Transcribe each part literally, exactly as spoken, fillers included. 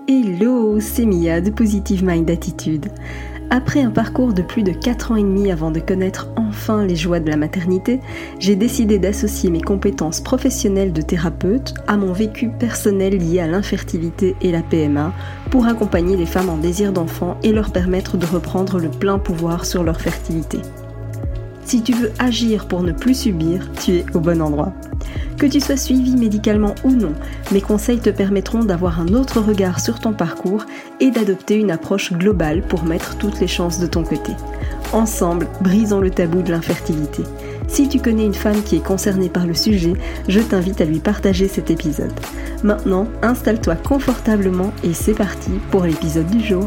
Hello, c'est Mia de Positive Mind Attitude. Après un parcours de plus de quatre ans et demi avant de connaître enfin les joies de la maternité, j'ai décidé d'associer mes compétences professionnelles de thérapeute à mon vécu personnel lié à l'infertilité et la P M A pour accompagner les femmes en désir d'enfant et leur permettre de reprendre le plein pouvoir sur leur fertilité. Si tu veux agir pour ne plus subir, tu es au bon endroit. Que tu sois suivi médicalement ou non, mes conseils te permettront d'avoir un autre regard sur ton parcours et d'adopter une approche globale pour mettre toutes les chances de ton côté. Ensemble, brisons le tabou de l'infertilité. Si tu connais une femme qui est concernée par le sujet, je t'invite à lui partager cet épisode. Maintenant, installe-toi confortablement et c'est parti pour l'épisode du jour.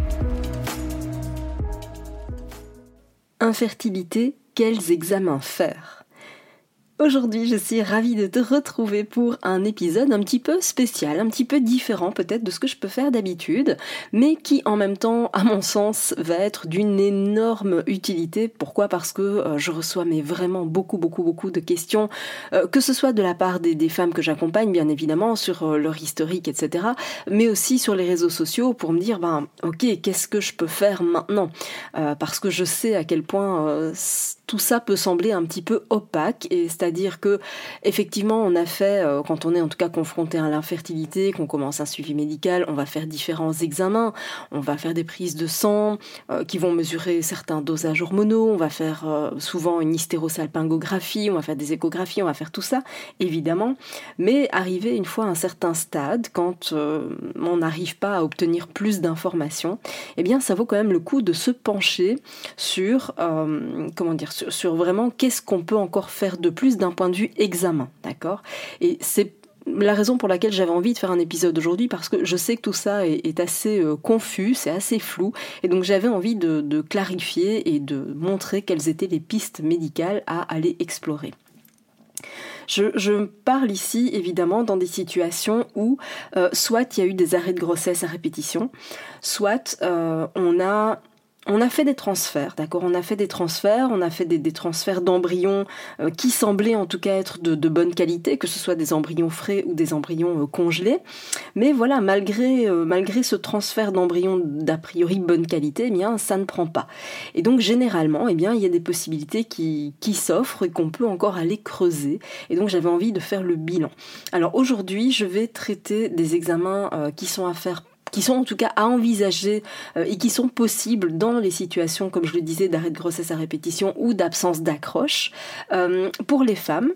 Infertilité, quels examens faire ? Aujourd'hui, je suis ravie de te retrouver pour un épisode un petit peu spécial, un petit peu différent peut-être de ce que je peux faire d'habitude, mais qui en même temps, à mon sens, va être d'une énorme utilité. Pourquoi ? Parce que euh, je reçois mais vraiment beaucoup, beaucoup, beaucoup de questions, euh, que ce soit de la part des, des femmes que j'accompagne, bien évidemment, sur euh, leur historique, et cetera, mais aussi sur les réseaux sociaux pour me dire, ben, ok, qu'est-ce que je peux faire maintenant ? euh, Parce que je sais à quel point euh, tout ça peut sembler un petit peu opaque, et c'est-à-dire que effectivement on a fait, euh, quand on est en tout cas confronté à l'infertilité, qu'on commence un suivi médical, on va faire différents examens, on va faire des prises de sang euh, qui vont mesurer certains dosages hormonaux, on va faire euh, souvent une hystérosalpingographie, on va faire des échographies, on va faire tout ça évidemment, mais arrivé une fois à un certain stade, quand euh, on n'arrive pas à obtenir plus d'informations, eh bien ça vaut quand même le coup de se pencher sur, euh, comment dire, sur, sur vraiment qu'est-ce qu'on peut encore faire de plus d'un point de vue examen, d'accord ? Et c'est la raison pour laquelle j'avais envie de faire un épisode aujourd'hui, parce que je sais que tout ça est, est assez euh, confus, c'est assez flou, et donc j'avais envie de, de clarifier et de montrer quelles étaient les pistes médicales à aller explorer. Je, je parle ici évidemment dans des situations où euh, soit il y a eu des arrêts de grossesse à répétition, soit euh, on a... On a fait des transferts, d'accord ? On a fait des transferts, on a fait des, des transferts d'embryons euh, qui semblaient en tout cas être de, de bonne qualité, que ce soit des embryons frais ou des embryons euh, congelés. Mais voilà, malgré, euh, malgré ce transfert d'embryons d'a priori bonne qualité, eh bien, ça ne prend pas. Et donc généralement, eh bien, il y a des possibilités qui, qui s'offrent et qu'on peut encore aller creuser. Et donc j'avais envie de faire le bilan. Alors aujourd'hui, je vais traiter des examens euh, qui sont à faire qui sont en tout cas à envisager euh, et qui sont possibles dans les situations, comme je le disais, d'arrêt de grossesse à répétition ou d'absence d'accroche euh, pour les femmes.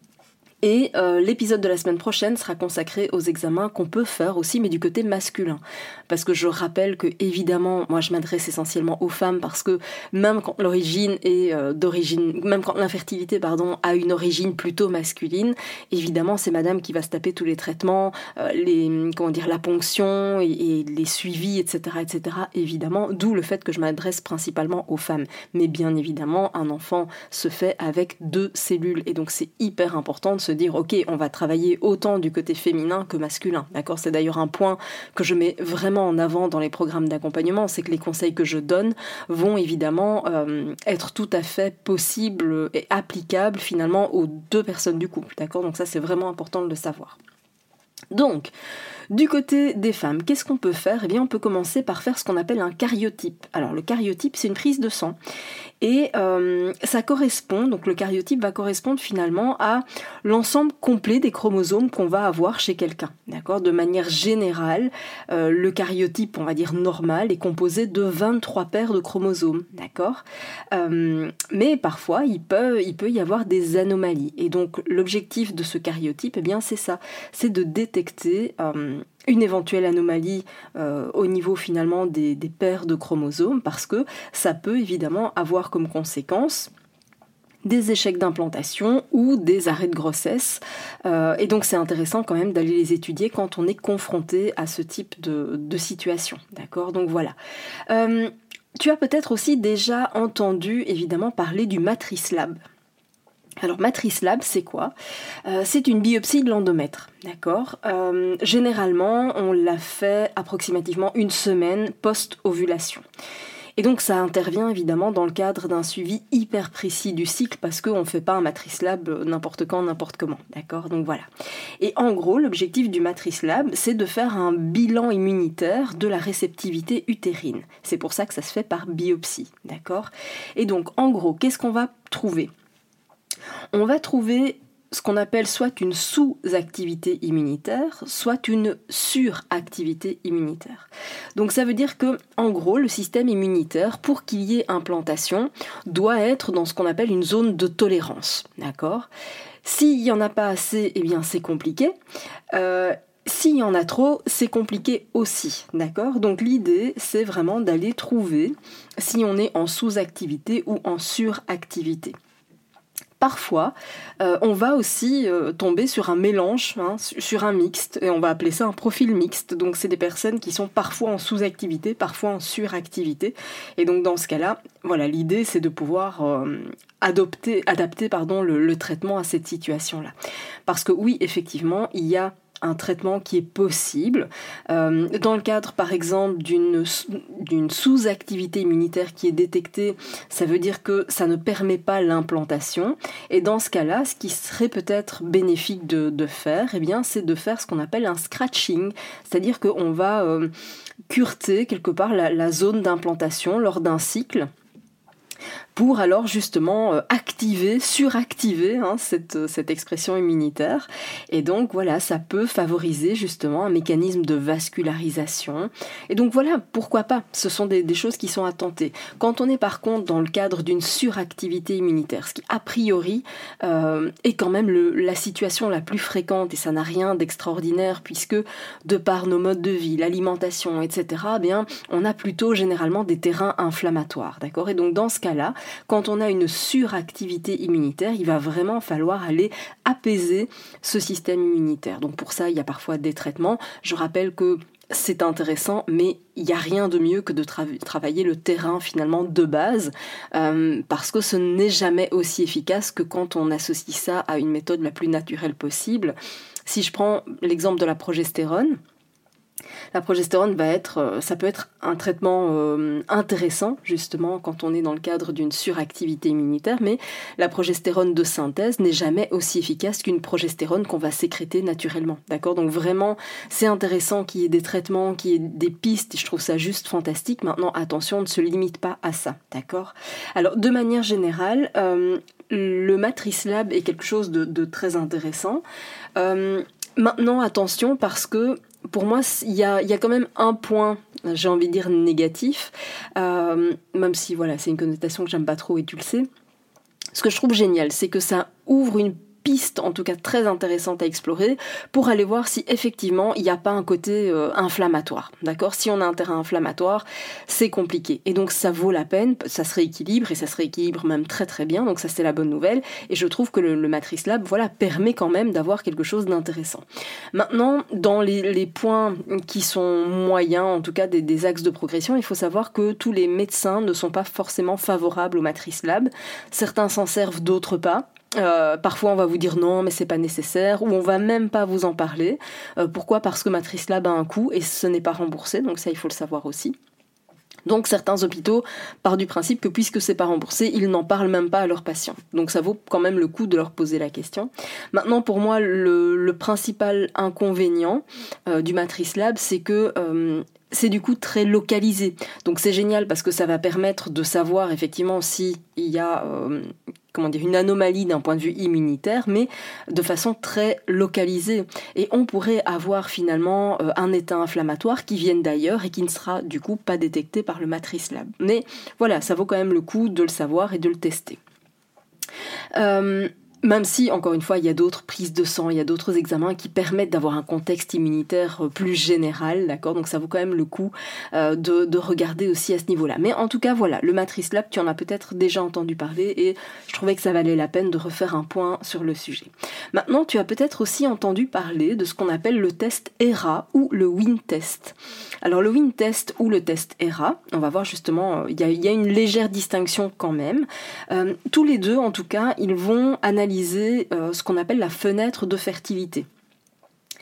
Et euh, l'épisode de la semaine prochaine sera consacré aux examens qu'on peut faire aussi, mais du côté masculin. Parce que je rappelle que, évidemment, moi je m'adresse essentiellement aux femmes, parce que même quand l'origine est euh, d'origine, même quand l'infertilité, pardon, a une origine plutôt masculine, évidemment c'est madame qui va se taper tous les traitements, euh, les, comment dire, la ponction et, et les suivis, et cetera, et cetera, évidemment, d'où le fait que je m'adresse principalement aux femmes. Mais bien évidemment, un enfant se fait avec deux cellules, et donc c'est hyper important de se dire ok, on va travailler autant du côté féminin que masculin, d'accord ? C'est d'ailleurs un point que je mets vraiment en avant dans les programmes d'accompagnement, c'est que les conseils que je donne vont évidemment euh, être tout à fait possibles et applicables finalement aux deux personnes du couple, d'accord ? Donc ça c'est vraiment important de le savoir. Donc, du côté des femmes, qu'est-ce qu'on peut faire ? Eh bien, on peut commencer par faire ce qu'on appelle un karyotype. Alors, le karyotype, c'est une prise de sang. Et euh, ça correspond, donc le karyotype va correspondre finalement à l'ensemble complet des chromosomes qu'on va avoir chez quelqu'un. D'accord ? De manière générale, euh, le karyotype, on va dire normal, est composé de vingt-trois paires de chromosomes. D'accord ? euh, Mais parfois, il peut, il peut y avoir des anomalies. Et donc, l'objectif de ce karyotype, eh bien, c'est ça. C'est de détecter euh, une éventuelle anomalie euh, au niveau finalement des, des paires de chromosomes, parce que ça peut évidemment avoir comme conséquence des échecs d'implantation ou des arrêts de grossesse. Euh, et donc c'est intéressant quand même d'aller les étudier quand on est confronté à ce type de, de situation. D'accord ? Donc voilà. Euh, tu as peut-être aussi déjà entendu évidemment parler du MatriceLab. Alors MatriceLab, c'est quoi ? euh, C'est une biopsie de l'endomètre, d'accord ? euh, Généralement, on l'a fait approximativement une semaine post-ovulation. Et donc ça intervient évidemment dans le cadre d'un suivi hyper précis du cycle parce qu'on ne fait pas un Matrice Lab n'importe quand, n'importe comment, d'accord ? Donc voilà. Et en gros, l'objectif du Matrice Lab, c'est de faire un bilan immunitaire de la réceptivité utérine. C'est pour ça que ça se fait par biopsie, d'accord ? Et donc en gros, qu'est-ce qu'on va trouver ? On va trouver ce qu'on appelle soit une sous-activité immunitaire, soit une suractivité immunitaire. Donc ça veut dire que, en gros, le système immunitaire, pour qu'il y ait implantation, doit être dans ce qu'on appelle une zone de tolérance, d'accord ? S'il n'y en a pas assez, eh bien c'est compliqué. Euh, S'il y en a trop, c'est compliqué aussi, d'accord ? Donc l'idée, c'est vraiment d'aller trouver si on est en sous-activité ou en suractivité. Parfois, euh, on va aussi euh, tomber sur un mélange, hein, sur un mixte, et on va appeler ça un profil mixte. Donc c'est des personnes qui sont parfois en sous-activité, parfois en suractivité. Et donc dans ce cas-là, voilà, l'idée c'est de pouvoir euh, adopter, adapter pardon, le, le traitement à cette situation-là. Parce que oui, effectivement, il y a un traitement qui est possible. Euh, dans le cadre, par exemple, d'une, d'une sous-activité immunitaire qui est détectée, ça veut dire que ça ne permet pas l'implantation. Et dans ce cas-là, ce qui serait peut-être bénéfique de, de faire, eh bien, c'est de faire ce qu'on appelle un scratching, c'est-à-dire qu'on va euh, cureter quelque part la, la zone d'implantation lors d'un cycle, pour alors justement euh, activer, suractiver hein, cette, cette expression immunitaire. Et donc voilà, ça peut favoriser justement un mécanisme de vascularisation. Et donc voilà, pourquoi pas, ce sont des, des choses qui sont à tenter. Quand on est par contre dans le cadre d'une suractivité immunitaire, ce qui a priori euh, est quand même le, la situation la plus fréquente, et ça n'a rien d'extraordinaire puisque de par nos modes de vie, l'alimentation, et cetera, eh bien, on a plutôt généralement des terrains inflammatoires, d'accord ? Et donc dans ce cas-là, quand on a une suractivité immunitaire, il va vraiment falloir aller apaiser ce système immunitaire. Donc pour ça, il y a parfois des traitements. Je rappelle que c'est intéressant, mais il n'y a rien de mieux que de tra- travailler le terrain finalement de base, euh, parce que ce n'est jamais aussi efficace que quand on associe ça à une méthode la plus naturelle possible. Si je prends l'exemple de la progestérone, la progestérone va être, ça peut être un traitement euh, intéressant justement quand on est dans le cadre d'une suractivité immunitaire, mais la progestérone de synthèse n'est jamais aussi efficace qu'une progestérone qu'on va sécréter naturellement, d'accord ? Donc vraiment, c'est intéressant qu'il y ait des traitements, qu'il y ait des pistes, et je trouve ça juste fantastique. Maintenant, attention, on ne se limite pas à ça, d'accord ? Alors, de manière générale, euh, le Matrice Lab est quelque chose de, de très intéressant. Euh, maintenant, attention, parce que pour moi, il y a, y a quand même un point, j'ai envie de dire négatif, euh, même si voilà, c'est une connotation que j'aime pas trop et tu le sais. Ce que je trouve génial, c'est que ça ouvre une piste, en tout cas très intéressante à explorer, pour aller voir si effectivement il n'y a pas un côté euh, inflammatoire, d'accord ? Si on a un terrain inflammatoire, c'est compliqué. Et donc ça vaut la peine, ça se rééquilibre, et ça se rééquilibre même très très bien, donc ça c'est la bonne nouvelle. Et je trouve que le, le Matrice Lab, voilà, permet quand même d'avoir quelque chose d'intéressant. Maintenant, dans les, les points qui sont moyens, en tout cas des, des axes de progression, il faut savoir que tous les médecins ne sont pas forcément favorables au Matrice Lab. Certains s'en servent, d'autres pas. Euh, parfois on va vous dire non mais c'est pas nécessaire, ou on va même pas vous en parler. Euh, pourquoi ? Parce que Matrice Lab a un coût et ce n'est pas remboursé, donc ça il faut le savoir aussi. Donc certains hôpitaux partent du principe que puisque c'est pas remboursé, ils n'en parlent même pas à leurs patients. Donc ça vaut quand même le coup de leur poser la question. Maintenant pour moi le, le principal inconvénient euh, du Matrice Lab, c'est que euh, c'est du coup très localisé. Donc c'est génial parce que ça va permettre de savoir effectivement s'il y a euh, comment dire, une anomalie d'un point de vue immunitaire, mais de façon très localisée. Et on pourrait avoir finalement euh, un état inflammatoire qui vienne d'ailleurs et qui ne sera du coup pas détecté par le Matrice Lab. Mais voilà, ça vaut quand même le coup de le savoir et de le tester. Euh, Même si, encore une fois, il y a d'autres prises de sang, il y a d'autres examens qui permettent d'avoir un contexte immunitaire plus général, d'accord ? Donc ça vaut quand même le coup euh, de, de regarder aussi à ce niveau-là. Mais en tout cas, voilà, le Matrice Lab, tu en as peut-être déjà entendu parler et je trouvais que ça valait la peine de refaire un point sur le sujet. Maintenant, tu as peut-être aussi entendu parler de ce qu'on appelle le test E R A ou le WIN-test. Alors le WIN-test ou le test E R A, on va voir justement, il y a, il y a une légère distinction quand même. Euh, tous les deux, en tout cas, ils vont analyser Euh, ce qu'on appelle la fenêtre de fertilité.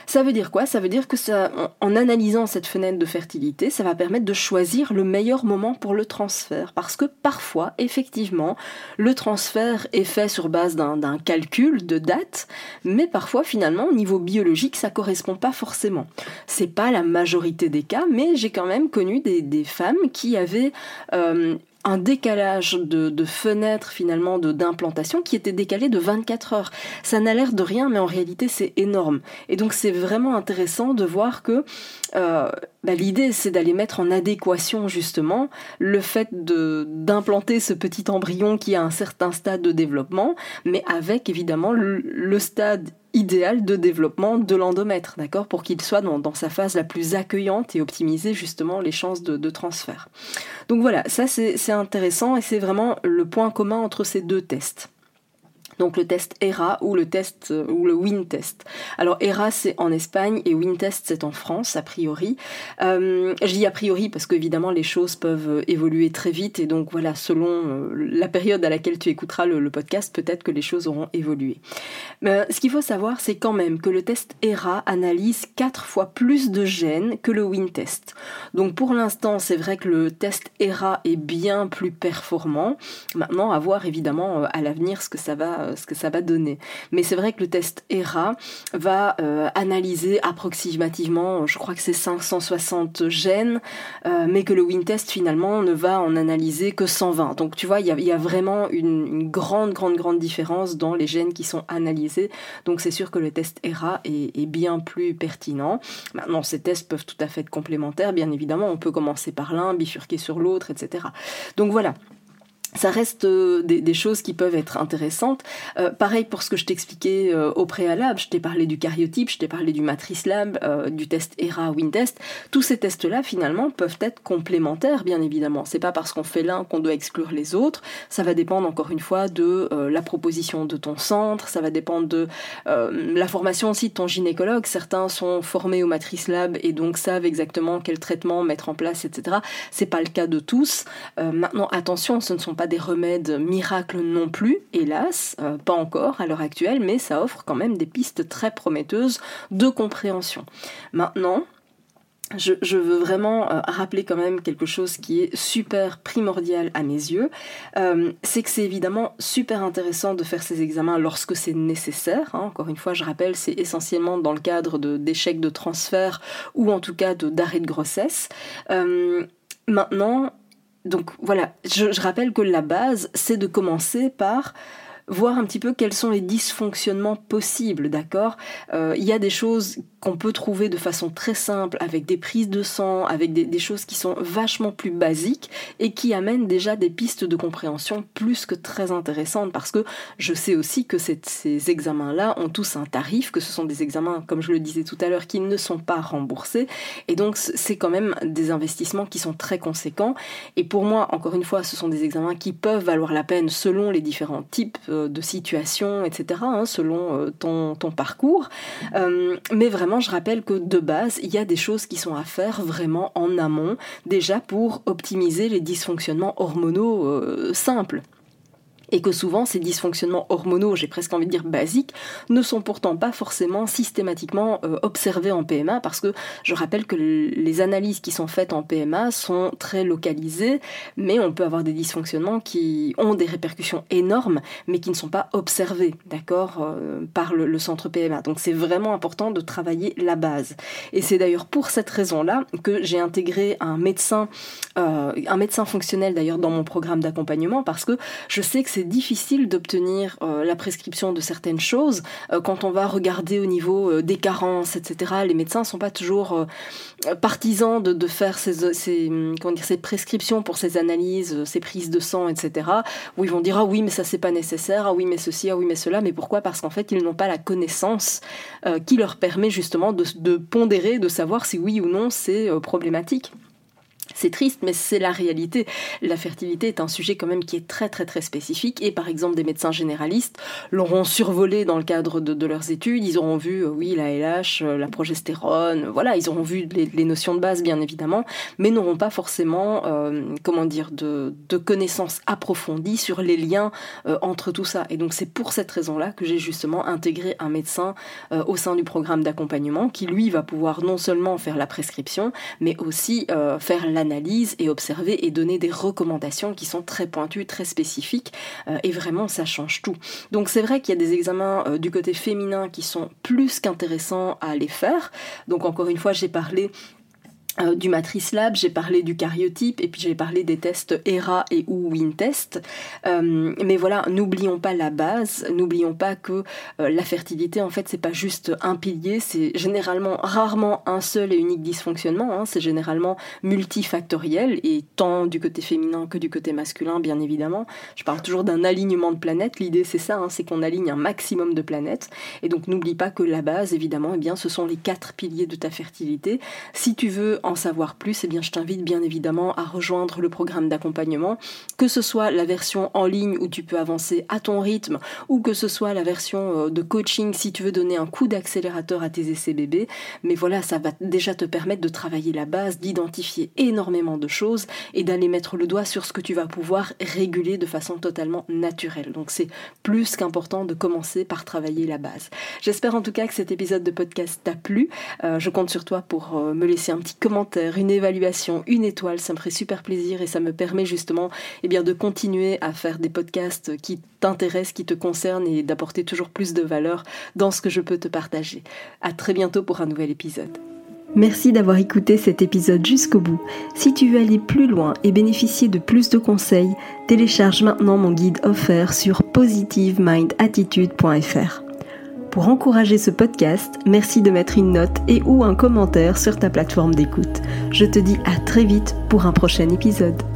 Ça veut dire quoi ? Ça veut dire que ça, en, en analysant cette fenêtre de fertilité, ça va permettre de choisir le meilleur moment pour le transfert. Parce que parfois, effectivement, le transfert est fait sur base d'un, d'un calcul de date, mais parfois, finalement, au niveau biologique, ça correspond pas forcément. C'est pas la majorité des cas, mais j'ai quand même connu des, des femmes qui avaient euh, un décalage de, de fenêtre finalement de, d'implantation qui était décalé de vingt-quatre heures. Ça n'a l'air de rien, mais en réalité c'est énorme. Et donc c'est vraiment intéressant de voir que euh, bah, l'idée c'est d'aller mettre en adéquation justement le fait de, d'implanter ce petit embryon qui a un certain stade de développement, mais avec évidemment le, le stade idéal de développement de l'endomètre, d'accord, pour qu'il soit dans, dans sa phase la plus accueillante et optimiser justement les chances de, de transfert. Donc voilà, ça c'est, c'est intéressant et c'est vraiment le point commun entre ces deux tests. Donc le test E R A ou le test euh, ou le WINTest. Alors E R A c'est en Espagne et WINTest c'est en France a priori. Euh, je dis a priori parce qu'évidemment les choses peuvent évoluer très vite et donc voilà, selon euh, la période à laquelle tu écouteras le, le podcast, peut-être que les choses auront évolué. Mais ce qu'il faut savoir, c'est quand même que le test E R A analyse quatre fois plus de gènes que le WINTest. Donc pour l'instant, c'est vrai que le test E R A est bien plus performant. Maintenant, à voir évidemment euh, à l'avenir ce que ça va ce que ça va donner. Mais c'est vrai que le test E R A va euh, analyser approximativement, je crois que c'est cinq cent soixante gènes, euh, mais que le WINTest finalement ne va en analyser que cent vingt. Donc tu vois, il y a, y a vraiment une, une grande, grande, grande différence dans les gènes qui sont analysés. Donc c'est sûr que le test E R A est, est bien plus pertinent. Maintenant, ces tests peuvent tout à fait être complémentaires, bien évidemment. On peut commencer par l'un, bifurquer sur l'autre, et cetera. Donc voilà. Ça reste euh, des, des choses qui peuvent être intéressantes. Euh, pareil pour ce que je t'expliquais euh, au préalable, je t'ai parlé du cariotype, je t'ai parlé du matrice lab, euh, du test E R A, WINTest. Tous ces tests-là, finalement, peuvent être complémentaires, bien évidemment. C'est pas parce qu'on fait l'un qu'on doit exclure les autres. Ça va dépendre, encore une fois, de euh, la proposition de ton centre. Ça va dépendre de euh, la formation aussi de ton gynécologue. Certains sont formés au matrice lab et donc savent exactement quel traitement mettre en place, et cetera. C'est pas le cas de tous. Euh, maintenant, attention, ce ne sont pas des remèdes miracles non plus, hélas, euh, pas encore à l'heure actuelle, mais ça offre quand même des pistes très prometteuses de compréhension. Maintenant, Je, je veux vraiment euh, rappeler quand même quelque chose qui est super primordial à mes yeux, euh, c'est que c'est évidemment super intéressant de faire ces examens lorsque c'est nécessaire, hein. Encore une fois je rappelle, c'est essentiellement dans le cadre de, d'échecs de transfert ou en tout cas de, d'arrêt de grossesse. Euh, maintenant, donc voilà, je, je rappelle que la base c'est de commencer par voir un petit peu quels sont les dysfonctionnements possibles, d'accord ? Euh, il y a des choses qu'on peut trouver de façon très simple avec des prises de sang, avec des, des choses qui sont vachement plus basiques et qui amènent déjà des pistes de compréhension plus que très intéressantes, parce que je sais aussi que cette, ces examens-là ont tous un tarif, que ce sont des examens, comme je le disais tout à l'heure, qui ne sont pas remboursés, et donc c'est quand même des investissements qui sont très conséquents. Et pour moi, encore une fois, ce sont des examens qui peuvent valoir la peine selon les différents types de situations, et cetera, hein, selon ton, ton parcours. Euh, mais vraiment, je rappelle que de base, il y a des choses qui sont à faire vraiment en amont, déjà pour optimiser les dysfonctionnements hormonaux euh, simples. Et que souvent, ces dysfonctionnements hormonaux, j'ai presque envie de dire basiques, ne sont pourtant pas forcément systématiquement euh, observés en P M A, parce que je rappelle que les analyses qui sont faites en P M A sont très localisées, mais on peut avoir des dysfonctionnements qui ont des répercussions énormes, mais qui ne sont pas observés, d'accord, euh, par le, le centre P M A. Donc c'est vraiment important de travailler la base. Et c'est d'ailleurs pour cette raison-là que j'ai intégré un médecin, euh, un médecin fonctionnel d'ailleurs dans mon programme d'accompagnement, parce que je sais que c'est difficile d'obtenir euh, la prescription de certaines choses euh, quand on va regarder au niveau euh, des carences, et cetera. Les médecins ne sont pas toujours euh, partisans de, de faire ces, ces, comment dire, ces prescriptions pour ces analyses, ces prises de sang, et cetera. Où ils vont dire « Ah oui, mais ça c'est pas nécessaire, ah oui, mais ceci, ah oui, mais cela ». Mais pourquoi ? Parce qu'en fait, ils n'ont pas la connaissance euh, qui leur permet justement de, de pondérer, de savoir si oui ou non c'est euh, problématique. C'est triste, mais c'est la réalité. La fertilité est un sujet quand même qui est très très très spécifique et par exemple des médecins généralistes l'auront survolé dans le cadre de, de leurs études. Ils auront vu, euh, oui, la L H, euh, la progestérone, voilà, ils auront vu les, les notions de base bien évidemment, mais n'auront pas forcément, euh, comment dire, de, de connaissances approfondies sur les liens euh, entre tout ça. Et donc c'est pour cette raison-là que j'ai justement intégré un médecin euh, au sein du programme d'accompagnement qui lui va pouvoir non seulement faire la prescription, mais aussi euh, faire la analyse et observer et donner des recommandations qui sont très pointues, très spécifiques euh, et vraiment ça change tout. Donc c'est vrai qu'il y a des examens euh, du côté féminin qui sont plus qu'intéressants à aller faire. Donc encore une fois j'ai parlé Euh, du Matrice Lab, j'ai parlé du cariotype et puis j'ai parlé des tests E R A et ou WinTest. Euh, mais voilà, n'oublions pas la base, n'oublions pas que euh, la fertilité en fait c'est pas juste un pilier, c'est généralement rarement un seul et unique dysfonctionnement, hein, c'est généralement multifactoriel et tant du côté féminin que du côté masculin bien évidemment. Je parle toujours d'un alignement de planètes, l'idée c'est ça, hein, c'est qu'on aligne un maximum de planètes et donc n'oublie pas que la base évidemment eh bien, ce sont les quatre piliers de ta fertilité. Si tu veux en savoir plus, eh bien, je t'invite bien évidemment à rejoindre le programme d'accompagnement, que ce soit la version en ligne où tu peux avancer à ton rythme ou que ce soit la version de coaching si tu veux donner un coup d'accélérateur à tes essais bébés. Mais voilà, ça va déjà te permettre de travailler la base, d'identifier énormément de choses et d'aller mettre le doigt sur ce que tu vas pouvoir réguler de façon totalement naturelle. Donc c'est plus qu'important de commencer par travailler la base. J'espère en tout cas que cet épisode de podcast t'a plu. Euh, je compte sur toi pour euh, me laisser un petit commentaire, une évaluation, une étoile, ça me ferait super plaisir et ça me permet justement eh bien, de continuer à faire des podcasts qui t'intéressent, qui te concernent et d'apporter toujours plus de valeur dans ce que je peux te partager. À très bientôt pour un nouvel épisode. Merci d'avoir écouté cet épisode jusqu'au bout. Si tu veux aller plus loin et bénéficier de plus de conseils, télécharge maintenant mon guide offert sur positive mind attitude point f r. Pour encourager ce podcast, merci de mettre une note et ou un commentaire sur ta plateforme d'écoute. Je te dis à très vite pour un prochain épisode.